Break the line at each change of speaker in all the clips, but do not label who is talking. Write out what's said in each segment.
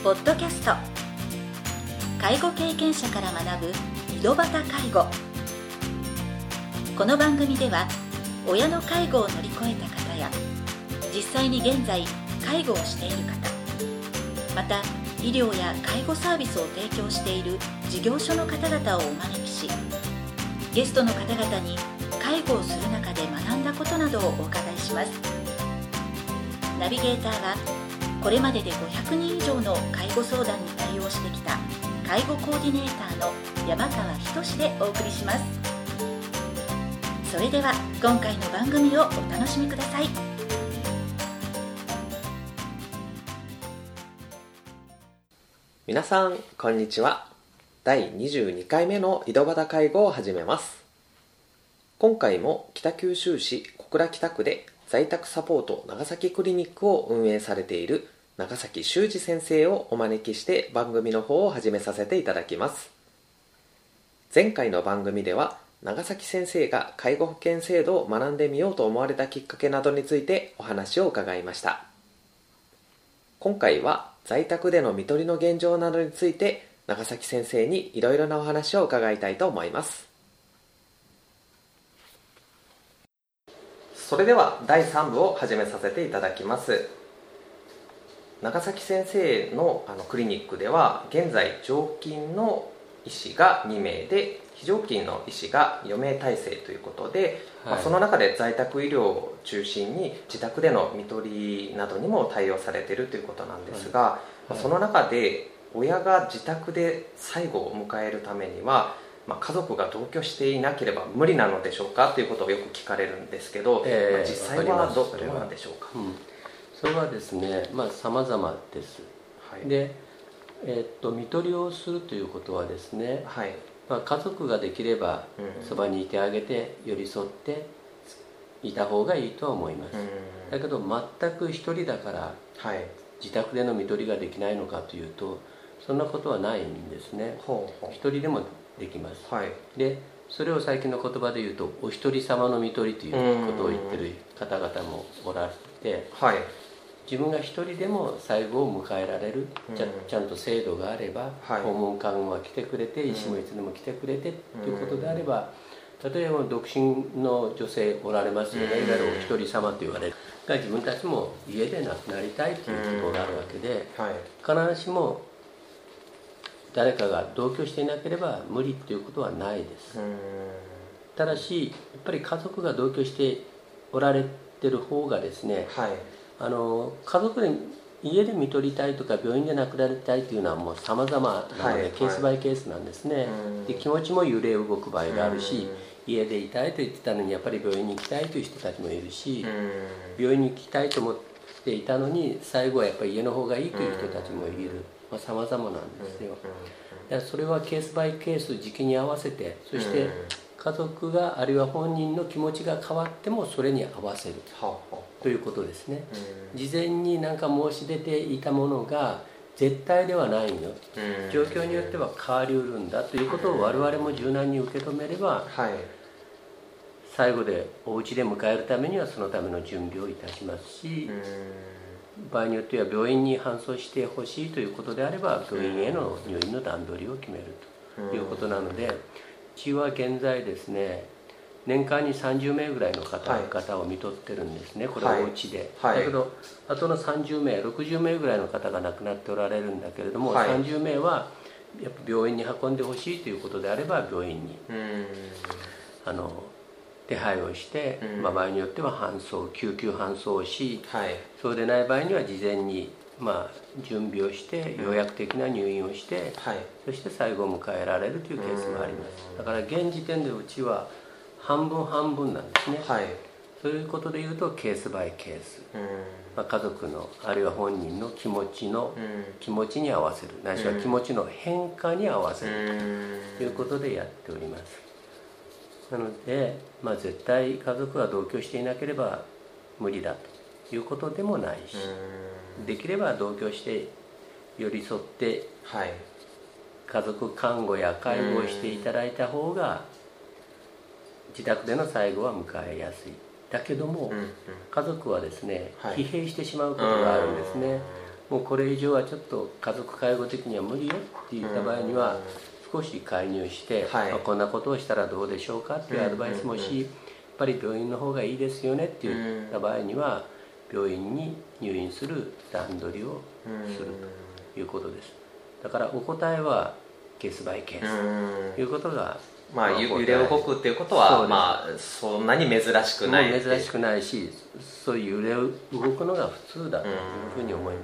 ポッドキャスト、介護経験者から学ぶ井戸端介護。この番組では親の介護を乗り越えた方や実際に現在介護をしている方、また医療や介護サービスを提供している事業所の方々をお招きし、ゲストの方々に介護をする中で学んだことなどをお伺いします。ナビゲーターはこれまでで500人以上の介護相談に対応してきた介護コーディネーターの山川仁でお送りします。それでは今回の番組をお楽しみください。
皆さんこんにちは。第22回目の井戸端介護を始めます。今回も北九州市小倉北区で在宅サポート長崎クリニックを運営されている長崎修二先生をお招きして番組の方を始めさせていただきます。前回の番組では長崎先生が介護保険制度を学んでみようと思われたきっかけなどについてお話を伺いました。今回は在宅での看取りの現状などについて長崎先生にいろいろなお話を伺いたいと思います。それでは第3部を始めさせていただきます。長崎先生のクリニックでは現在常勤の医師が2名で非常勤の医師が4名体制ということで、その中で在宅医療を中心に自宅での看取りなどにも対応されているということなんですが、その中で親が自宅で最後を迎えるためには、家族が同居していなければ無理なのでしょうかということをよく聞かれるんですけど、実際はどうなんでしょうか。
それはですね、様々です。で、看取りをするということはですね、家族ができればそばにいてあげて寄り添っていた方がいいとは思います。だけど全く一人だから自宅での看取りができないのかというと、そんなことはないんですね。一人でもできます。で、それを最近の言葉で言うとお一人様の看取りということを言ってる方々もおられて、自分が一人でも最後を迎えられる、ちゃんと制度があれば、訪問看護が来てくれて、医師もいつでも来てくれてということであれば、例えば独身の女性おられますよね、いわゆるお一人様と言われるが、自分たちも家で亡くなりたいということがあるわけで、必ずしも誰かが同居していなければ無理ということはないです。ただしやっぱり家族が同居しておられてる方がですね、家族で家で看取りたいとか病院で亡くなりたいというのはもう様々なので、ケースバイケースなんですね。で、気持ちも揺れ動く場合があるし、家でいたいと言ってたのにやっぱり病院に行きたいという人たちもいるし、病院に行きたいと思っていたのに最後はやっぱり家の方がいいという人たちもいる。様々なんですよ。だからそれはケースバイケース、時期に合わせて、そして家族があるいは本人の気持ちが変わってもそれに合わせるということですね。事前に何か申し出ていたものが絶対ではないよ、状況によっては変わりうるんだということを我々も柔軟に受け止めれば、最後でお家で迎えるためにはそのための準備をいたしますし、場合によっては病院に搬送してほしいということであれば病院への入院の段取りを決めるということなので、うちは現在ですね、年間に30名ぐらいの方々を看取ってるんですね。これはお家で、だけどあとの30名60名ぐらいの方が亡くなっておられるんだけれども、30名はやっぱ病院に運んでほしいということであれば病院に手配をして、場合によっては救急搬送をし、そうでない場合には事前に準備をして予約的な入院をして、そして最後を迎えられるというケースもあります。だから現時点でうちは半分半分なんですね。そういうことでいうとケースバイケース、家族のあるいは本人の気持ちに合わせる、ないしは気持ちの変化に合わせるということでやっております。なので、絶対家族が同居していなければ無理だということでもないし、できれば同居して寄り添って、家族看護や介護をしていただいた方が自宅での最後は迎えやすい。だけども、家族はですね、疲弊してしまうことがあるんですね。 もうこれ以上はちょっと家族介護的には無理よって言った場合には、少し介入して、こんなことをしたらどうでしょうかっていうアドバイスもし、やっぱり病院の方がいいですよねって言った場合には、病院に入院する段取りをするということです。だからお答えはケースバイケースということが、
揺れ動くっていうことはそんなに珍しくない、
珍しくないし、そういう揺れ動くのが普通だというふうに思います。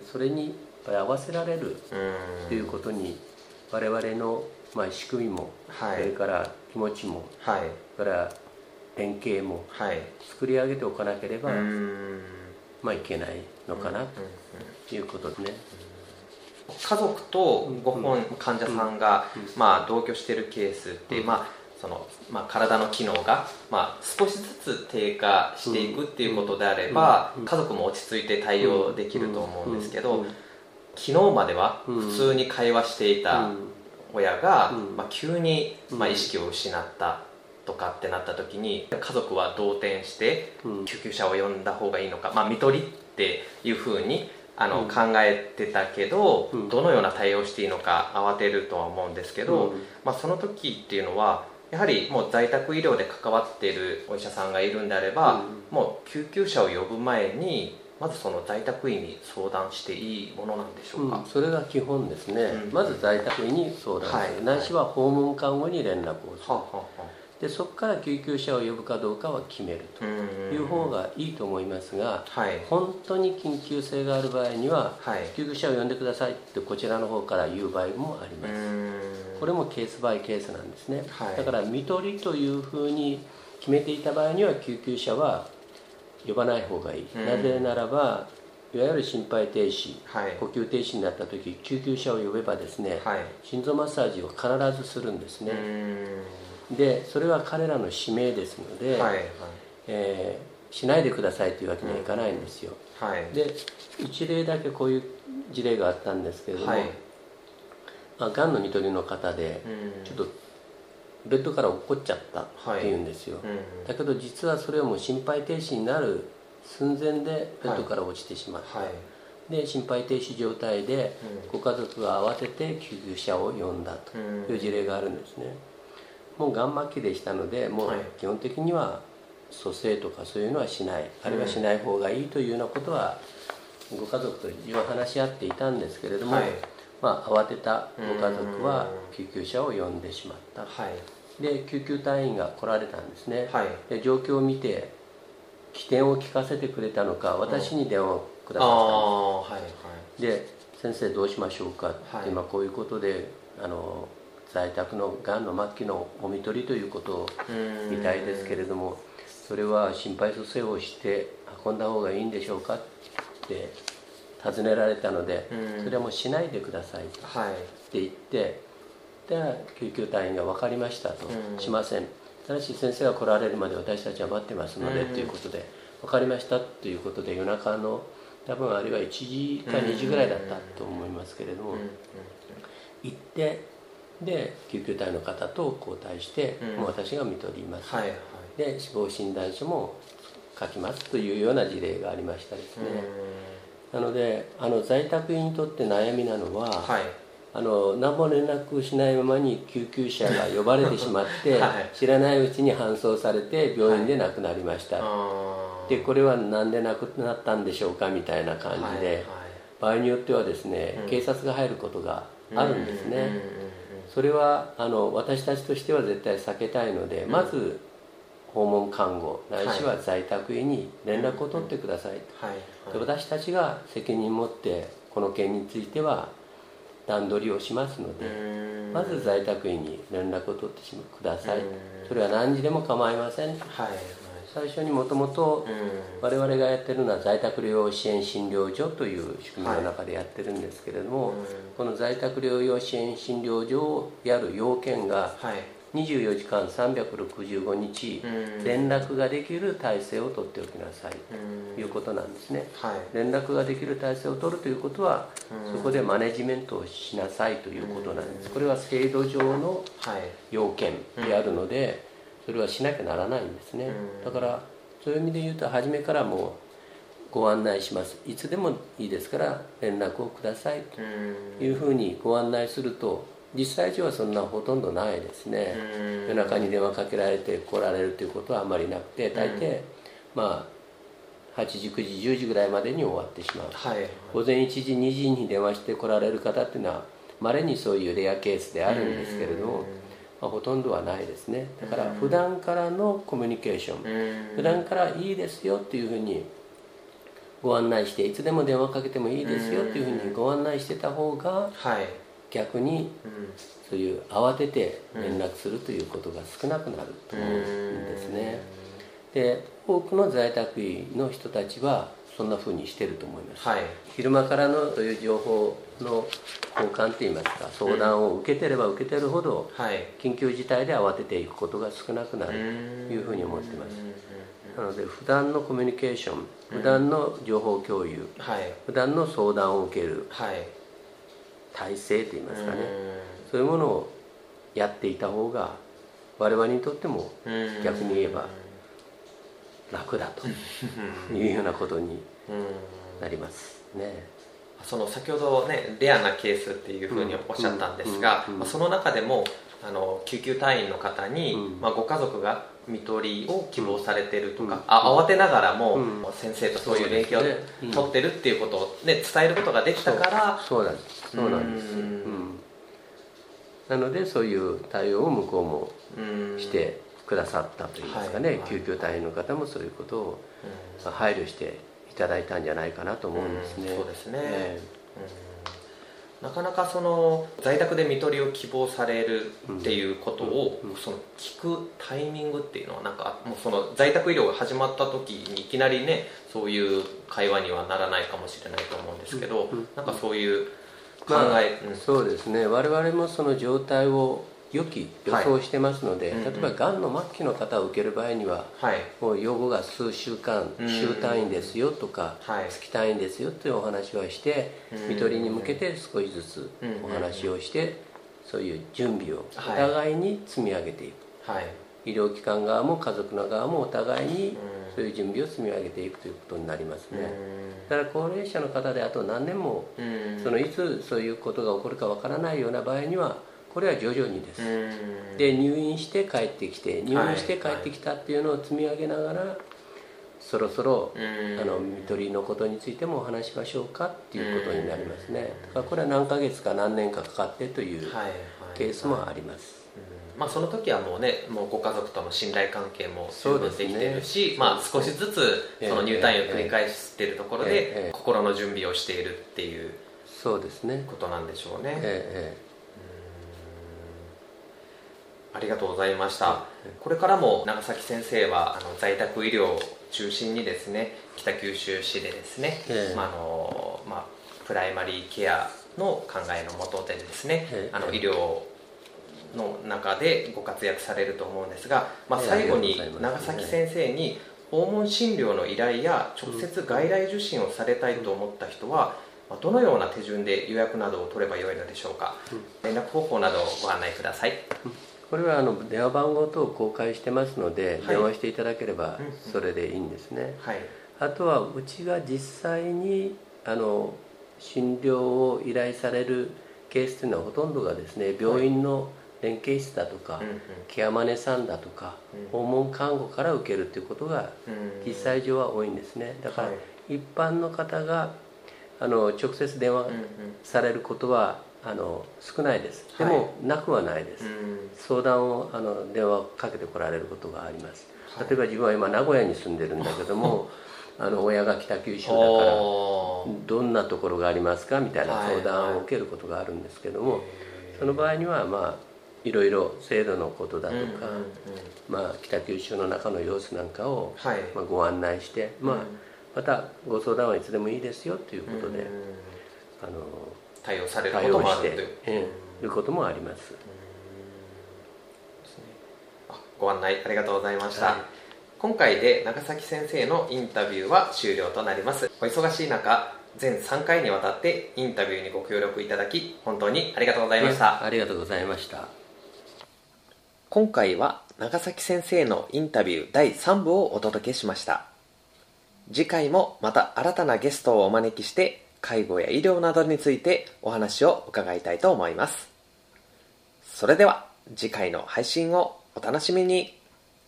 それにやっぱり合わせられるということに我々の仕組みも、それから気持ちも、それから連携も作り上げておかなければいけないのかなということですね。
家族とご本患者さんが同居しているケースって体の機能が少しずつ低下していくっていうことであれば家族も落ち着いて対応できると思うんですけど、昨日までは普通に会話していた親が急に意識を失ったとかってなった時に、家族は動転して救急車を呼んだ方がいいのか、看取りっていうふうに考えてたけど、どのような対応していいのか慌てるとは思うんですけど、その時っていうのはやはりもう在宅医療で関わっているお医者さんがいるんであれば、もう救急車を呼ぶ前にまずその在宅医に相談していいものなんでしょうか。
それが基本ですね。まず在宅医に相談する、ないしは訪問看護に連絡をする、でそこから救急車を呼ぶかどうかは決めるという方がいいと思いますが、本当に緊急性がある場合には、救急車を呼んでくださいってこちらの方から言う場合もあります。これもケースバイケースなんですね。だから看取りというふうに決めていた場合には救急車は呼ばない方がいい。なぜならばいわゆる心肺停止、呼吸停止になった時救急車を呼べばですね、心臓マッサージを必ずするんですね。でそれは彼らの使命ですので、しないでくださいというわけにはいかないんですよ。で一例だけこういう事例があったんですけれども、がんの看取りの方でちょっとベッドから落っこっちゃったっていうんですよ。だけど実はそれはもう心肺停止になる寸前でベッドから落ちてしまった、で心肺停止状態でご家族が慌てて救急車を呼んだという事例があるんですね。もうがん末期でしたので、もう基本的には蘇生とかそういうのはしない、あるいはしない方がいいというようなことはご家族と一応話し合っていたんですけれども、慌てたご家族は救急車を呼んでしまった、で救急隊員が来られたんですね、で状況を見て起点を聞かせてくれたのか私に電話をくださったんです、で先生どうしましょうかって、今こういうことで在宅のがんの末期のもみ取りということみたいですけれども、それは心肺蘇生をして運んだ方がいいんでしょうかって尋ねられたので、それはもうしないでくださいって言って、で救急隊員が分かりましたと、しません、ただし先生が来られるまで私たちは待ってますのでということで、分かりましたということで夜中の多分あれは1時か2時ぐらいだったと思いますけれども、行ってで救急隊の方と交代して、もう私が看取ります、で死亡診断書も書きますというような事例がありましたですね。なので在宅医にとって悩みなのは、何も連絡しないままに救急車が呼ばれてしまって、知らないうちに搬送されて病院で亡くなりました、でこれは何で亡くなったんでしょうかみたいな感じで、場合によってはですね、警察が入ることがあるんですね。それは私たちとしては絶対避けたいので、まず訪問看護ないしは在宅医に連絡を取ってください、で私たちが責任を持ってこの件については段取りをしますので、まず在宅医に連絡を取ってください、それは何時でも構いません、最初にもともと我々がやってるのは在宅療養支援診療所という仕組みの中でやってるんですけれども、この在宅療養支援診療所をやる要件が24時間365日連絡ができる体制を取っておきなさいということなんですね。連絡ができる体制を取るということは、そこでマネジメントをしなさいということなんです。これは制度上の要件であるので、それはしなきゃならないんですね。だからそういう意味で言うと、初めからもうご案内します、いつでもいいですから連絡をくださいというふうにご案内すると、実際上はそんなほとんどないですね。夜中に電話かけられて来られるということはあまりなくて、大抵まあ8時9時10時ぐらいまでに終わってしまう、午前1時2時に電話して来られる方っていうのは稀にそういうレアケースであるんですけれども、ほとんどはないですね。だから普段からのコミュニケーション、普段からいいですよっていうふうにご案内して、いつでも電話かけてもいいですよっていうふうにご案内してた方が、逆にそういう慌てて連絡するということが少なくなると思うんですね。で、多くの在宅医の人たちはそんなふうにしてると思います、昼間からのそういう情報の交換といいますか、相談を受けてれば受けてるほど、緊急事態で慌てていくことが少なくなるというふうに思っています。なので普段のコミュニケーション、普段の情報共有、普段の相談を受ける体制といいますかね、そういうものをやっていた方が我々にとっても逆に言えば楽だというようなことになりますね。
その先ほどね、レアなケースっていうふうにおっしゃったんですが、その中でも救急隊員の方に、ご家族が看取りを希望されてるとか、慌てながらも、先生とそういう連携を取ってるっていうことを、ね、伝えることができたから、
そうなんです、なのでそういう対応を向こうもしてくださったといいますかね、救急隊員の方もそういうことを配慮していただいたんじゃないかなと思うんですね。
そうですね、なかなかその在宅で看取りを希望されるっていうことを、その聞くタイミングっていうのは、なんかもうその在宅医療が始まった時にいきなりね、そういう会話にはならないかもしれないと思うんですけど、なんかそういう考え、
そうですね、我々もその状態を予想してますので、例えばがんの末期の方を受ける場合には、もう用後が数週間、週単位ですよとか、月単位ですよというお話をして、看取りに向けて少しずつお話をして、そういう準備をお互いに積み上げていく、医療機関側も家族の側もお互いにそういう準備を積み上げていくということになりますね。だから高齢者の方であと何年もいつそういうことが起こるかわからないような場合には、これは徐々にです。で、入院して帰ってきて、入院して帰ってきたっていうのを積み上げながら、そろそろ看取りのことについてもお話しましょうかっていうことになりますね。だからこれは何ヶ月か何年かかかってというケースもあります。
その時はもうね、もうご家族との信頼関係も十分できてるし、少しずつその入退院を繰り返しているところで心の準備をしているっていうことなんでしょうね。ありがとうございました。これからも長崎先生は在宅医療を中心にですね、北九州市でですね、プライマリーケアの考えのもとでですね、医療の中でご活躍されると思うんですが、最後に長崎先生に訪問診療の依頼や直接外来受診をされたいと思った人はどのような手順で予約などを取ればよいのでしょうか。連絡方法などをご案内ください。
これは電話番号等を公開してますので、電話していただければそれでいいんですね。あとはうちが実際に診療を依頼されるケースというのはほとんどがですね、病院の連携室だとか、ケアマネさんだとか、訪問看護から受けるということが実際上は多いんですね。だから一般の方が直接電話されることは少ないです。でもなくはないです。相談を電話をかけてこられることがあります。例えば自分は今名古屋に住んでるんだけども、親が北九州だからどんなところがありますかみたいな相談を受けることがあるんですけども、その場合にはいろいろ制度のことだとか、北九州の中の様子なんかをご案内して、またご相談はいつでもいいですよということで
対応されることもあると
いうこともあります。
ご案内ありがとうございました。今回で長崎先生のインタビューは終了となります。お忙しい中、全3回にわたってインタビューにご協力いただき本当にありがとうございました。
ありがとうございました。
今回は長崎先生のインタビュー第3部をお届けしました。 次回もまた新たなゲストをお招きして介護や医療などについてお話を伺いたいと思います。それでは次回の配信をお楽しみに。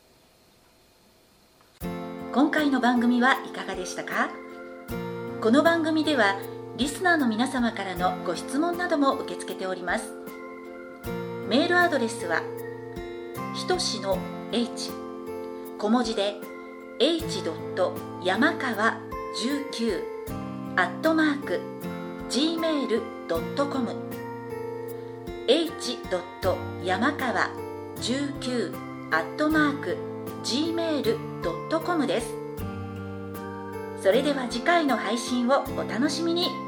今回の番組はいかがでしたか？この番組ではリスナーの皆様からのご質問なども受け付けております。メールアドレスはひとしの h 小文字で h. 山川19 @gmail.com h. 山川19 @gmail.com です。それでは次回の配信をお楽しみに。